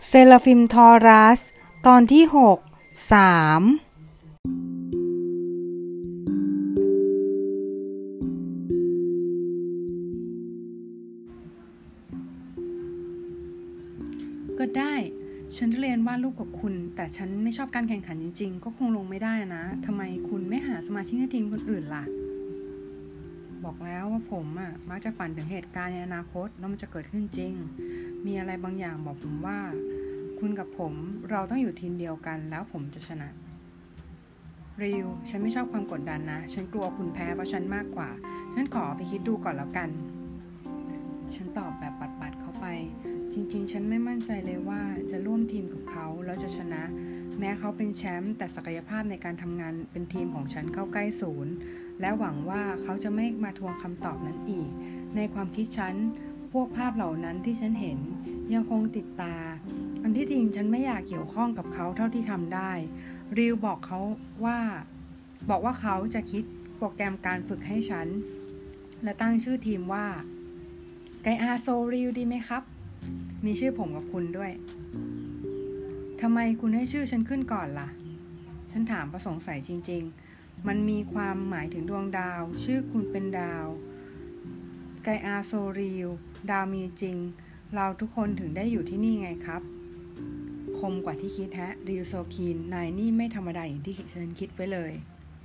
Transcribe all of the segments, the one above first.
เซราฟิมทอรัสตอนที่6 3ก็ได้ฉันจะเรียนวาดรูปกับคุณแต่ฉันไม่ชอบการแข่งขันจริงๆก็คงลงไม่ได้นะทำไมคุณไม่หาสมาชิกในทีมคนอื่นล่ะบอกแล้วว่าผมมักจะฝันถึงเหตุการณ์ในอนาคตแล้วมันจะเกิดขึ้นจริงมีอะไรบางอย่างบอกผมว่าคุณกับผมเราต้องอยู่ทีมเดียวกันแล้วผมจะชนะริวฉันไม่ชอบความกดดันนะฉันกลัวคุณแพ้เพราะฉันมากกว่าฉันขอไปคิดดูก่อนแล้วกันฉันตอบแบบปัดๆเข้าไปจริงๆฉันไม่มั่นใจเลยว่าจะร่วมทีมกับเขาแล้วจะชนะแม้เขาเป็นแชมป์แต่ศักยภาพในการทำงานเป็นทีมของฉันเข้าใกล้ศูนย์และหวังว่าเขาจะไม่มาทวงคำตอบนั้นอีกในความคิดฉันพวกภาพเหล่านั้นที่ฉันเห็นยังคงติดตาอันที่จริงฉันไม่อยากเกี่ยวข้องกับเขาเท่าที่ทำได้ริวบอกว่าเขาจะคิดโปรแกรมการฝึกให้ฉันและตั้งชื่อทีมว่าไกอาโซริวดีไหมครับมีชื่อผมกับคุณด้วยทำไมคุณให้ชื่อฉันขึ้นก่อนล่ะฉันถามเพราะสงสัยจริงๆมันมีความหมายถึงดวงดาวชื่อคุณเป็นดาวไกอาโซริวดาวมีจริงเราทุกคนถึงได้อยู่ที่นี่ไงครับคมกว่าที่คิดฮะริวโซคินนายนี่ไม่ธรรมดาอย่างที่ฉันคิดไว้เลย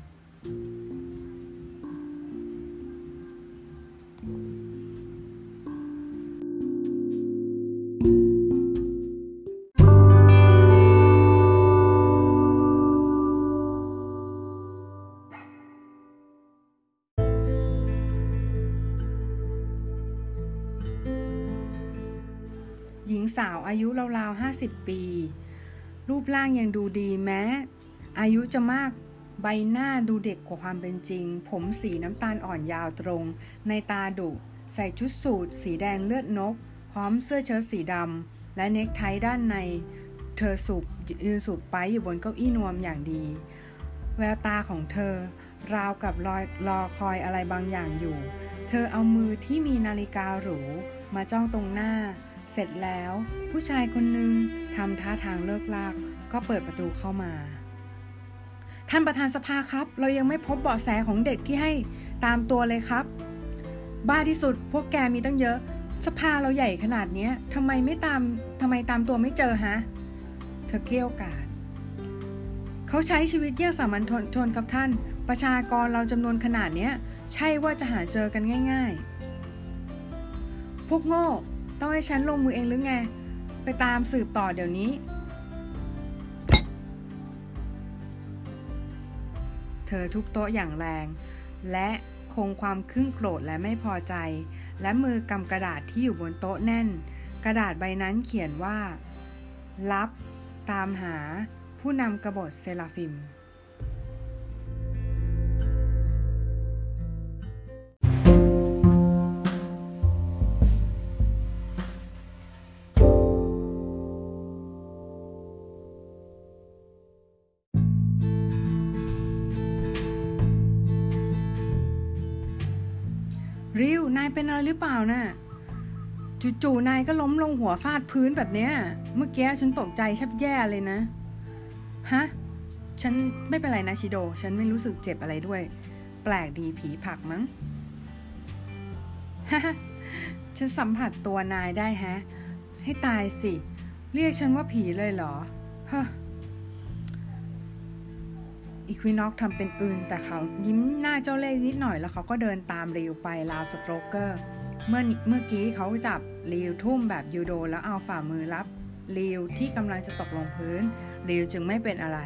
หญิงสาวอายุราวๆ50 ปีรูปร่างยังดูดีแม้อายุจะมากใบหน้าดูเด็กกว่าความเป็นจริงผมสีน้ำตาลอ่อนยาวตรงในตาดุใส่ชุดสูทสีแดงเลือดนกพร้อมเสื้อเชิ้ตสีดำและเนคไทด้านในเธอยืนสูบไปอยู่บนเก้าอี้นวมอย่างดีแววตาของเธอราวกับรอคอยอะไรบางอย่างอยู่เธอเอามือที่มีนาฬิกาหรูมาจ้องตรงหน้าเสร็จแล้วผู้ชายคนหนึ่งทำท่าทางเลิกลากก็เปิดประตูเข้ามาท่านประธานสภาครับเรายังไม่พบเบาะแสของเด็กที่ให้ตามตัวเลยครับบ้าที่สุดพวกแกมีตั้งเยอะสภาเราใหญ่ขนาดนี้ทำไมตามตัวไม่เจอฮะเธอเกรี้ยวกราดเขาใช้ชีวิตเยี่ยงสามัญชนกับท่านประชากรเราจำนวนขนาดนี้ใช่ว่าจะหาเจอกันง่ายๆพวกโง่ต้องให้ฉันลงมือเองหรือไงไปตามสืบต่อเดี๋ยวนี้เธอทุบโต๊ะอย่างแรงและคงความขึ้นโกรธและไม่พอใจและมือกำกระดาษที่อยู่บนโต๊ะแน่นกระดาษใบนั้นเขียนว่าลับตามหาผู้นำกบฏเซราฟิมริวนายเป็นอะไรหรือเปล่าน่ะจู่ๆนายก็ล้มลงหัวฟาดพื้นแบบเนี้ยเมื่อกี้ฉันตกใจแทบแย่เลยนะฮะฉันไม่เป็นไรนะชิโดฉันไม่รู้สึกเจ็บอะไรด้วยแปลกดีผีผลักมั้งฮ่าฉันสัมผัสตัวนายได้ฮะให้ตายสิเรียกฉันว่าผีเลยเหรอเฮ้ออีควินอกทำเป็นอื่นแต่เขายิ้มหน้าเจ้าเล่ห์นิดหน่อยแล้วเขาก็เดินตามริวไปราวสโตรกเกอร์เมื่อกี้เขาจับริวทุ่มแบบยูโดแล้วเอาฝ่ามือรับริวที่กำลังจะตกลงพื้นริวจึงไม่เป็นอะไร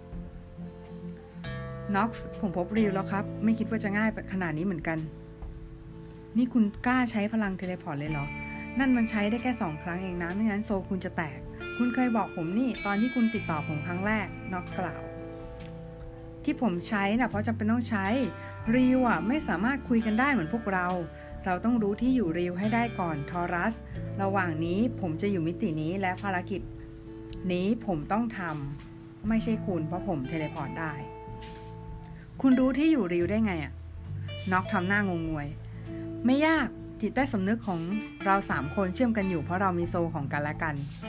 น็อกซ์ผมพบริวแล้วครับไม่คิดว่าจะง่ายขนาดนี้เหมือนกันนี่คุณกล้าใช้พลังเทเลพอร์ตเลยเหรอนั่นมันใช้ได้แค่2 ครั้งเองนะไม่งั้นโซคุณจะแตกคุณเคยบอกผมนี่ตอนที่คุณติดต่อผมครั้งแรกน็อกกล่าวที่ผมใช้นะเพราะจำเป็นต้องใช้ริวไม่สามารถคุยกันได้เหมือนพวกเราต้องรู้ที่อยู่ริวให้ได้ก่อนทอรัสระหว่างนี้ผมจะอยู่มิตินี้และภารกิจนี้ผมต้องทำไม่ใช่คุณเพราะผมเทเลพอร์ตได้คุณรู้ที่อยู่ริวได้ไงน็อกทำหน้างงงวยไม่ยากจิตใต้สำนึกของเรา3 คนเชื่อมกันอยู่เพราะเรามีโซลของกันและกัน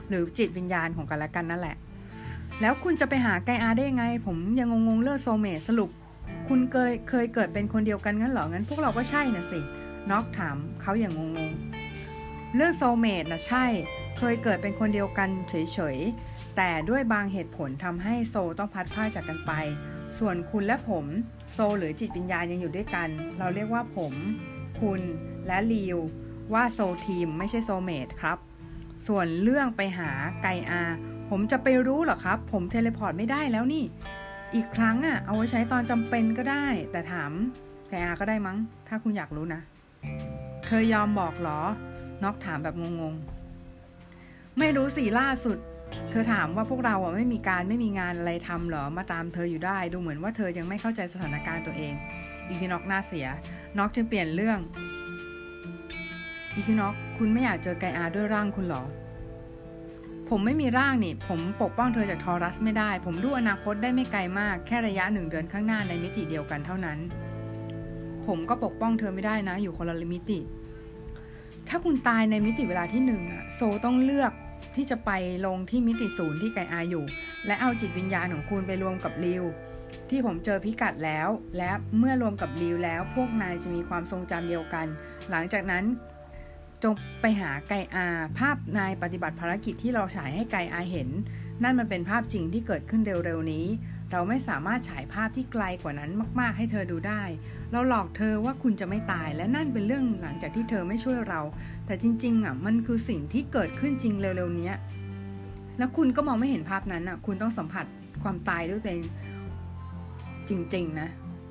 หรือจิตวิญญาณของกันและกันนั่นแหละแล้วคุณจะไปหาไกอาได้ยังไงผมยังงงเรื่องโซลเมทสรุปคุณเคยเกิดเป็นคนเดียวกันงั้นเหรองั้นพวกเราก็ใช่น่ะสิน็อกถามเขาอย่างงงเรื่องโซลเมทนะใช่เคยเกิดเป็นคนเดียวกันเฉยๆแต่ด้วยบางเหตุผลทำให้โซลต้องพัดพรากจากกันไปส่วนคุณและผมโซลหรือจิตวิญญาณยังอยู่ด้วยกันเราเรียกว่าผมคุณและลีวว่าโซลทีมไม่ใช่โซลเมทครับส่วนเรื่องไปหาไกอาผมจะไปรู้เหรอครับผมเทเลพอร์ตไม่ได้แล้วนี่อีกครั้งเอาไว้ใช้ตอนจำเป็นก็ได้แต่ถามไกอาก็ได้มั้งถ้าคุณอยากรู้นะเธอยอมบอกเหรอน็อกถามแบบงงๆไม่รู้สิล่าสุดเธอถามว่าพวกเราไม่มีงานอะไรทำเหรอมาตามเธออยู่ได้ดูเหมือนว่าเธอยังไม่เข้าใจสถานการณ์ตัวเองอีคิน็อกหน้าเสียน็อกจึงเปลี่ยนเรื่องอีคิน็อกคุณไม่อยากเจอไกอาด้วยร่างคุณหรอผมไม่มีร่างนี่ผมปกป้องเธอจากทอรัสไม่ได้ผมดูอนาคตได้ไม่ไกลมากแค่ระยะ1 เดือนข้างหน้าในมิติเดียวกันเท่านั้นผมก็ปกป้องเธอไม่ได้นะอยู่คนละมิติถ้าคุณตายในมิติเวลาที่1โซต้องเลือกที่จะไปลงที่มิติ0ที่ไกอาอยู่และเอาจิตวิญญาณของคุณไปรวมกับริวที่ผมเจอพิกัดแล้วและเมื่อรวมกับริวแล้วพวกนายจะมีความทรงจำเดียวกันหลังจากนั้นจงไปหาไกอาภาพนายปฏิบัติภารกิจที่เราฉายให้ไกอาเห็นนั่นมันเป็นภาพจริงที่เกิดขึ้นเร็วๆนี้เราไม่สามารถฉายภาพที่ไกลกว่านั้นมากๆให้เธอดูได้เราหลอกเธอว่าคุณจะไม่ตายและนั่นเป็นเรื่องหลังจากที่เธอไม่ช่วยเราแต่จริงๆมันคือสิ่งที่เกิดขึ้นจริงเร็วๆนี้แล้วคุณก็มองไม่เห็นภาพนั้นคุณต้องสัมผัสความตายด้วยตัวเองจริงๆ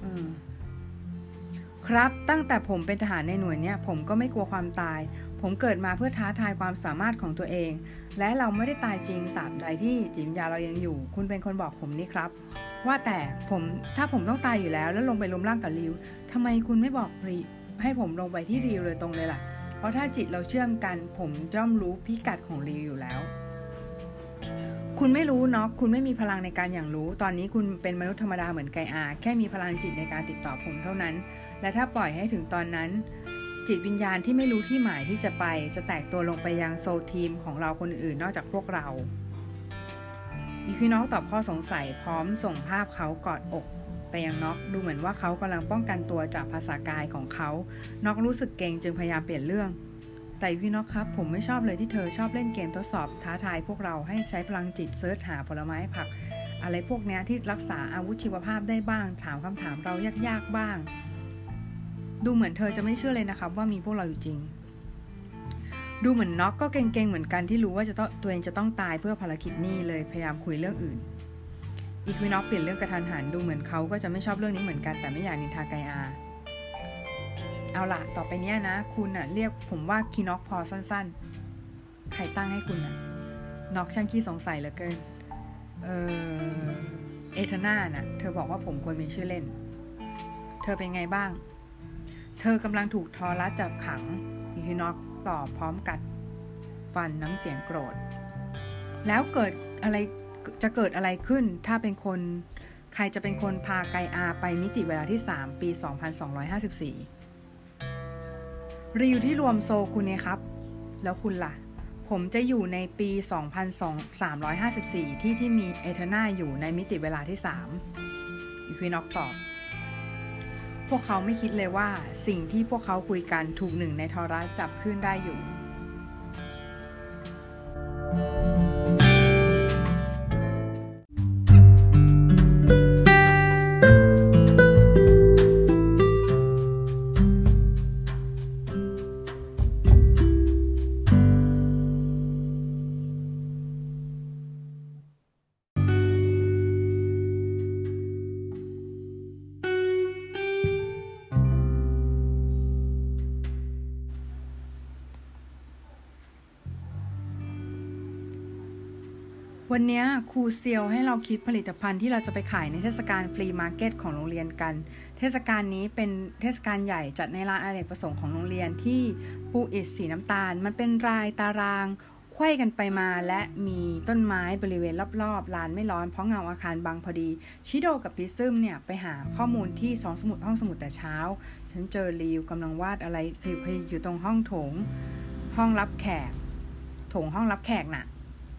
นะครับตั้งแต่ผมเป็นทหารในหน่วยนี้ผมก็ไม่กลัวความตายผมเกิดมาเพื่อท้าทายความสามารถของตัวเองและเราไม่ได้ตายจริงตราบใดที่จิตวิญญาณเรายังอยู่คุณเป็นคนบอกผมนี่ครับว่าแต่ถ้าผมต้องตายอยู่แล้วลงไปรวมร่างกับริวทำไมคุณไม่บอกให้ผมลงไปที่ริวเลยตรงเลยล่ะเพราะถ้าจิตเราเชื่อมกันผมย่อมรู้พิกัดของริวอยู่แล้วคุณไม่รู้เนาะคุณไม่มีพลังในการอย่างรู้ตอนนี้คุณเป็นมนุษย์ธรรมดาเหมือนไกอาแค่มีพลังจิตในการติดต่อผมเท่านั้นและถ้าปล่อยให้ถึงตอนนั้นจิตวิญญาณที่ไม่รู้ที่หมายที่จะไปจะแตกตัวลงไปยังโซลทีมของเราคนอื่นนอกจากพวกเราอีควิน็อกตอบข้อสงสัยพร้อมส่งภาพเขากอดอกไปยังน็อกดูเหมือนว่าเขากำลังป้องกันตัวจากภาษากายของเขาน็อกรู้สึกเกรงจึงพยายามเปลี่ยนเรื่องแต่อีควิน็อกครับผมไม่ชอบเลยที่เธอชอบเล่นเกมทดสอบท้าทายพวกเราให้ใช้พลังจิตเสิร์ชหาผลไม้ผักอะไรพวกนี้ที่รักษาอาวุธชีวภาพได้บ้างถามคำถามเรายากๆบ้างดูเหมือนเธอจะไม่เชื่อเลยนะครับว่ามีพวกเราอยู่จริงดูเหมือนน็อกก็เก่งๆเหมือนกันที่รู้ว่าตัวเองจะต้องตายเพื่อภารกิจนี้เลยพยายามคุยเรื่องอื่นอีควิน็อกเปลี่ยนเรื่องกระทันหันดูเหมือนเขาก็จะไม่ชอบเรื่องนี้เหมือนกันแต่ไม่อยากนินทาไกอาเอาล่ะต่อไปเนี้ยนะคุณเรียกผมว่าคีน็อกพอสั้นๆใครตั้งให้คุณน็อกช่างขี้สงสัยเหลือเกินเอเธอร์น่าเธอบอกว่าผมควรมีชื่อเล่นเธอเป็นไงบ้างเธอกำลังถูกทอรัสจับขังอีควิน็อกตอบพร้อมกัดฟันน้ำเสียงโกรธแล้วเกิดอะไรขึ้นถ้าเป็นคนใครจะเป็นคนพาไกอาไปมิติเวลาที่3ปี2254ริวที่รวมโซคุณเนี่ยครับแล้วคุณล่ะผมจะอยู่ในปี2354ที่มีเอเธอร์นาอยู่ในมิติเวลาที่3อีควิน็อกตอบพวกเขาไม่คิดเลยว่าสิ่งที่พวกเขาคุยกันถูกหนึ่งในทอรัสจับขึ้นได้อยู่วันนี้ครูเซียวให้เราคิดผลิตภัณฑ์ที่เราจะไปขายในเทศกาลฟรีมาร์เก็ตของโรงเรียนกันเทศกาลนี้เป็นเทศกาลใหญ่จัดในลานอเนกประสงค์ของโรงเรียนที่ปูอิฐสีน้ำตาลมันเป็นรายตารางไขว้กันไปมาและมีต้นไม้บริเวณรอบๆลานไม่ร้อนเพราะเงาอาคารบังพอดีชิโดกับพิซึมเนี่ยไปหาข้อมูลที่ห้องสมุดแต่เช้าฉันเจอริวกำลังวาดอะไรอยู่ตรงห้องรับแขกห้องรับแขกน่ะ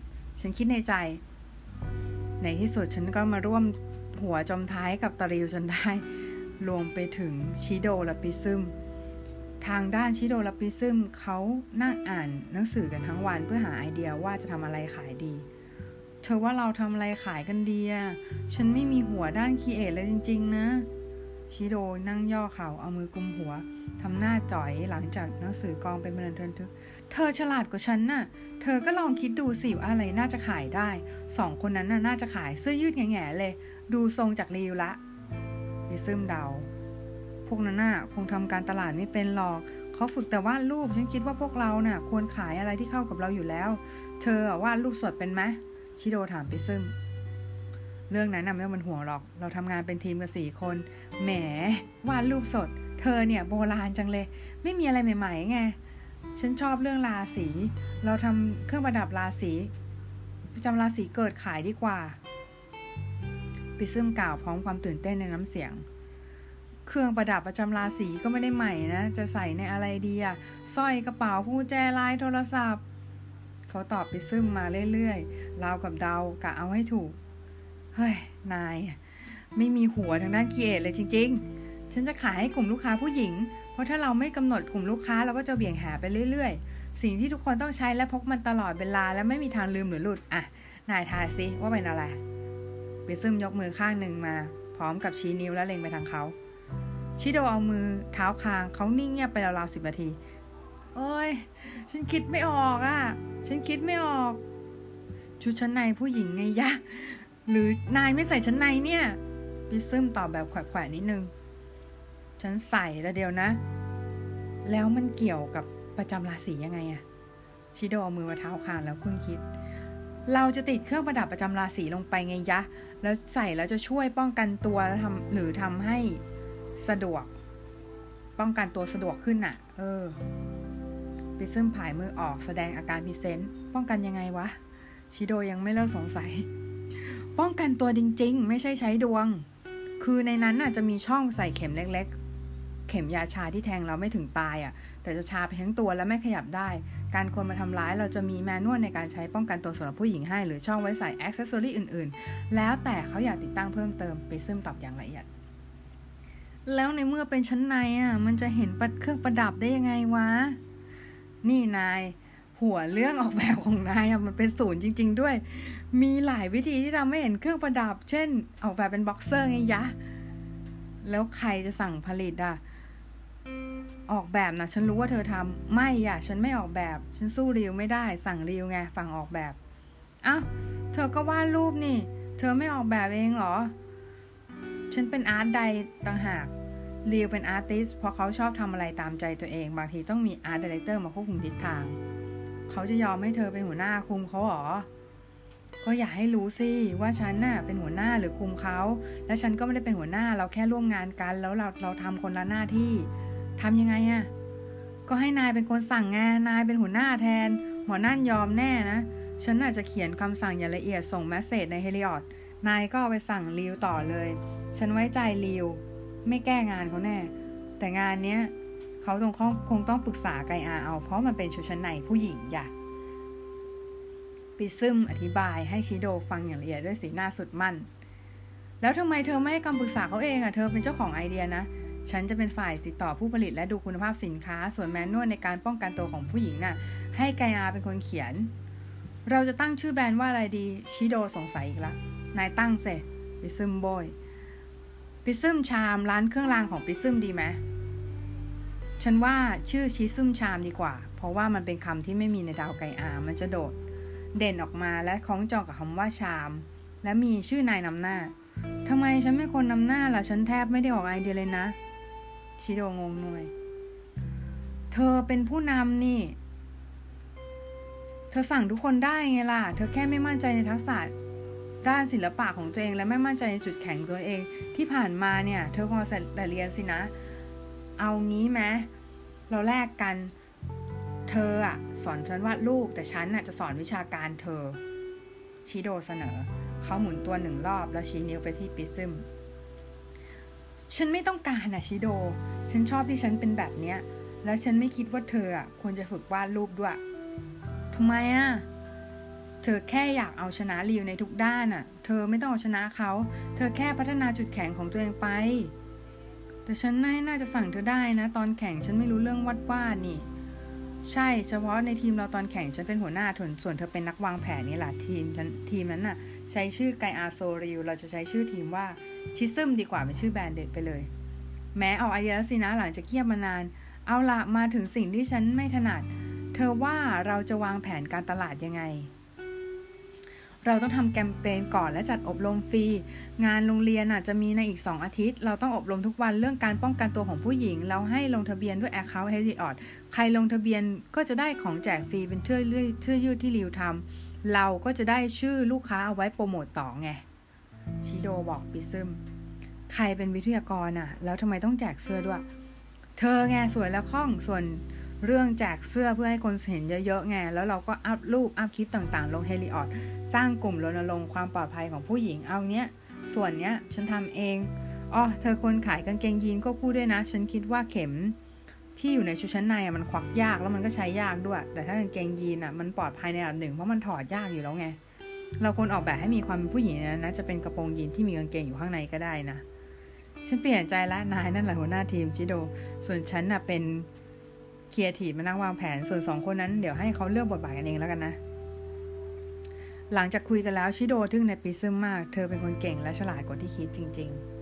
ฉันคิดในใจในที่สุดฉันก็มาร่วมหัวจมท้ายกับตาริวจนได้รวมไปถึงชิโดและปิซึมทางด้านชิโดและปิซึมเขานั่งอ่านหนังสือกันทั้งวันเพื่อหาไอเดียว่าจะทำอะไรขายดีเธอว่าเราทำอะไรขายกันดีอ่ะฉันไม่มีหัวด้านครีเอทเลยจริงๆนะชิโดนั่งย่อเข่าเอามือกุมหัวทำหน้าจ่อยหลังจากหนังสือกองเป็นบันเทิงเธอฉลาดกว่าฉันน่ะเธอก็ลองคิดดูสิอะไรน่าจะขายได้2 คนนั้นน่าจะขายเสื้อยืดแง่ๆเลยดูทรงจากรีวิวละปิซึมเดาพวกนั้นน่ะคงทำการตลาดไม่เป็นหรอกเขาฝึกแต่วาดรูปฉันคิดว่าพวกเราน่ะควรขายอะไรที่เข้ากับเราอยู่แล้วเธอวาดรูปสดเป็นไหมชิโดถามปิซึมเรื่องนั้นน่ะไม่ต้องเป็นห่วงหรอกเราทำงานเป็นทีมกัน4 คนแหมวาดรูปสดเธอเนี่ยโบราณจังเลยไม่มีอะไรใหม่ๆไงฉันชอบเรื่องราศีเราทำเครื่องประดับราศีประจำราศีเกิดขายดีกว่าปิซึมกล่าวพร้อมความตื่นเต้นในน้ำเสียงเครื่องประดับประจำราศีก็ไม่ได้ใหม่นะจะใส่ในอะไรดีอะสร้อยกระเป๋ากุญแจลายโทรศัพท์เขาตอบปิซึมมาเรื่อยๆราวกับเดากะเอาให้ถูกเฮ้ยนายไม่มีหัวทางด้านครีเอทเลยจริงๆฉันจะขายให้กลุ่มลูกค้าผู้หญิงเพราะถ้าเราไม่กำหนดกลุ่มลูกค้าเราก็จะเบี่ยงหาไปเรื่อยๆสิ่งที่ทุกคนต้องใช้และพกมันตลอดเวลาและไม่มีทางลืมหรือหลุดอ่ะนายทายซิว่าเป็นอะไรปิซึมยกมือข้างหนึ่งมาพร้อมกับชี้นิ้วและเล็งไปทางเขาชิโดเอามือเท้าคางเขานิ่งเงียบไปราวๆ10 นาทีโอ้ยฉันคิดไม่ออกอ่ะฉันคิดไม่ออกชุดชั้นในผู้หญิงไงยะหรือนายไม่ใส่ชั้นในเนี่ยปิซึมตอบแบบแขวะๆนิดนึงฉันใส่แล้วเดียวนะแล้วมันเกี่ยวกับประจำราศียังไงอะชิโดเอามือมาเท้าคางแล้วคุ้นคิดเราจะติดเครื่องประดับประจำราศีลงไปไงยะแล้วใส่แล้วจะช่วยป้องกันตัวหรือทำให้สะดวกป้องกันตัวสะดวกขึ้นน่ะปิซึมผายมือออกแสดงอาการพรีเซนต์ป้องกันยังไงวะชิโดยังไม่เลิกสงสัยป้องกันตัวจริงๆไม่ใช่ใช้ดวงคือในนั้นน่ะจะมีช่องใส่เข็มเล็กๆเข็มยาชาที่แทงเราไม่ถึงตายอ่ะแต่จะชาไปทั้งตัวและไม่ขยับได้การคนมาทำร้ายเราจะมีแมนนวลในการใช้ป้องกันตัวสำหรับผู้หญิงให้หรือช่องไว้ใส่แอ็กเซสซอรี่อื่นๆแล้วแต่เขาอยากติดตั้งเพิ่มเติมปิซึมตอบอย่างละเอียดแล้วในเมื่อเป็นชั้นในอ่ะมันจะเห็นเครื่องประดับได้ยังไงวะนี่นายหัวเรื่องออกแบบของนายอ่ะมันเป็นศูนย์จริงๆด้วยมีหลายวิธีที่ทำให้เห็นเครื่องประดับเช่นออกแบบเป็นบ็อกเซอร์ไงยะแล้วใครจะสั่งผลิตอ่ะออกแบบนะฉันรู้ว่าเธอทำไม่อ่ะฉันไม่ออกแบบฉันสู้ริวไม่ได้สั่งริวไงฝั่งออกแบบอ้าวเธอก็วาดรูปนี่เธอไม่ออกแบบเองเหรอฉันเป็นอาร์ตไดต่างหากริวเป็นอาร์ติสต์เพราะเขาชอบทำอะไรตามใจตัวเองบางทีต้องมีอาร์ตไดเรคเตอร์มาควบคุมทิศทางเขาจะยอมให้เธอเป็นหัวหน้าคุมเขาหรอก็อยากให้รู้สิว่าฉันน่ะเป็นหัวหน้าหรือคุมเขาและฉันก็ไม่ได้เป็นหัวหน้าเราแค่ร่วมงานกันแล้วเราทำคนละหน้าที่ทำยังไงอ่ะก็ให้นายเป็นคนสั่งงานนายเป็นหัวหน้าแทนหมอนั่นยอมแน่นะฉันน่ะจะเขียนคำสั่งอย่างละเอียดส่งเมสเสจในเฮลิออดนายก็เอาไปสั่งริวต่อเลยฉันไว้ใจริวไม่แก้งานเขาแน่แต่งานเนี้ยเขาคงต้องปรึกษาไกอาเอาเพราะมันเป็นชุดชั้นในผู้หญิงอย่าปิซึมอธิบายให้ชิโดฟังอย่างละเอียดด้วยสีหน้าสุดมั่นแล้วทำไมเธอไม่ให้คำปรึกษาเขาเองอ่ะเธอเป็นเจ้าของไอเดียนะฉันจะเป็นฝ่ายติดต่อผู้ผลิตและดูคุณภาพสินค้าส่วนแมนนวลในการป้องกันตัวของผู้หญิงน่ะให้ไกอาเป็นคนเขียนเราจะตั้งชื่อแบรนด์ว่าอะไรดีชิโดสงสัยอีกละนายตั้งเสปิซึมโบยปิซึมชามร้านเครื่องรางของปิซึมดีไหมฉันว่าชื่อชิซึมชามดีกว่าเพราะว่ามันเป็นคำที่ไม่มีในดาวไกอามันจะโดดเด่นออกมาและคล้องจองกับคำว่าชามและมีชื่อนายนำหน้าทำไมฉันไม่คนนำหน้าล่ะฉันแทบไม่ได้ออกไอเดียเลยนะชิโดงงหน่วยเธอเป็นผู้นำนี่เธอสั่งทุกคนได้ไงล่ะเธอแค่ไม่มั่นใจในทักษะด้านศิลปะของตัวเองและไม่มั่นใจในจุดแข็งตัวเองที่ผ่านมาเนี่ยเธอคงแต่เรียนสินะเอางี้ไหมเราแลกกันเธออ่ะสอนฉันวาดรูปแต่ฉันน่ะจะสอนวิชาการเธอชิโดเสนอเขาหมุนตัว1 รอบแล้วชี้นิ้วไปที่ปิซึมฉันไม่ต้องการนะชิโดฉันชอบที่ฉันเป็นแบบเนี้ยและฉันไม่คิดว่าเธออ่ะควรจะฝึกวาดรูปด้วยทำไมอ่ะเธอแค่อยากเอาชนะริวในทุกด้านน่ะเธอไม่ต้องเอาชนะเขาเธอแค่พัฒนาจุดแข็งของตัวเองไปแต่ฉันน่าจะสั่งเธอได้นะตอนแข่งฉันไม่รู้เรื่องวาดนี่ใช่เฉพาะในทีมเราตอนแข่งฉันเป็นหัวหน้าส่วนเธอเป็นนักวางแผนนี่แหละทีมนั้นน่ะใช้ชื่อไกอาโซริวเราจะใช้ชื่อทีมว่าชิซึมดีกว่าเป็นชื่อแบรนด์เด็ดไปเลยแม้ออกไอเดียแล้วสินะหลังจากเงียบมานานเอาละมาถึงสิ่งที่ฉันไม่ถนัดเธอว่าเราจะวางแผนการตลาดยังไงเราต้องทำแคมเปญก่อนและจัดอบรมฟรีงานโรงเรียนจะมีในอีก2อาทิตย์เราต้องอบรมทุกวันเรื่องการป้องกันตัวของผู้หญิงเราให้ลงทะเบียนด้วย Account Heriot ใครลงทะเบียนก็จะได้ของแจกฟรีเป็นเชื่อยืดที่ริวทำเราก็จะได้ชื่อลูกค้าเอาไว้โปรโมตต่อไงชิโดบอกปิซึมใครเป็นวิทยากรแล้วทำไมต้องแจกเสื้อด้วยเธอไงสวยและคล่องส่วนเรื่องแจกเสื้อเพื่อให้คนเห็นเยอะๆไงแล้วเราก็อัพรูปอัพคลิปต่างๆลงเฮลิออดสร้างกลุ่มรณรงค์ความปลอดภัยของผู้หญิงเอาเนี้ยส่วนเนี้ยฉันทำเองเธอคนขายกางเกงยีนก็พูดด้วยนะฉันคิดว่าเข็มที่อยู่ในชุดชั้นในมันควักยากแล้วมันก็ใช้ยากด้วยแต่ถ้ากางเกงยีนมันปลอดภัยในระดับหนึ่งเพราะมันถอดยากอยู่แล้วไงเราควรออกแบบให้มีความเป็นผู้หญิงนะจะเป็นกระโปรงยีนที่มีกางเกงอยู่ข้างในก็ได้นะฉันเปลี่ยนใจแล้วนายนั่นแหละหัวหน้าทีมชิโดส่วนฉันเป็นครีเอทีฟมานั่งวางแผนส่วน2คนนั้นเดี๋ยวให้เขาเลือกบทบาทกันเองแล้วกันนะหลังจากคุยกันแล้วชิโดทึ่งในปิซึมมากเธอเป็นคนเก่งและฉลาดกว่าที่คิดจริงๆ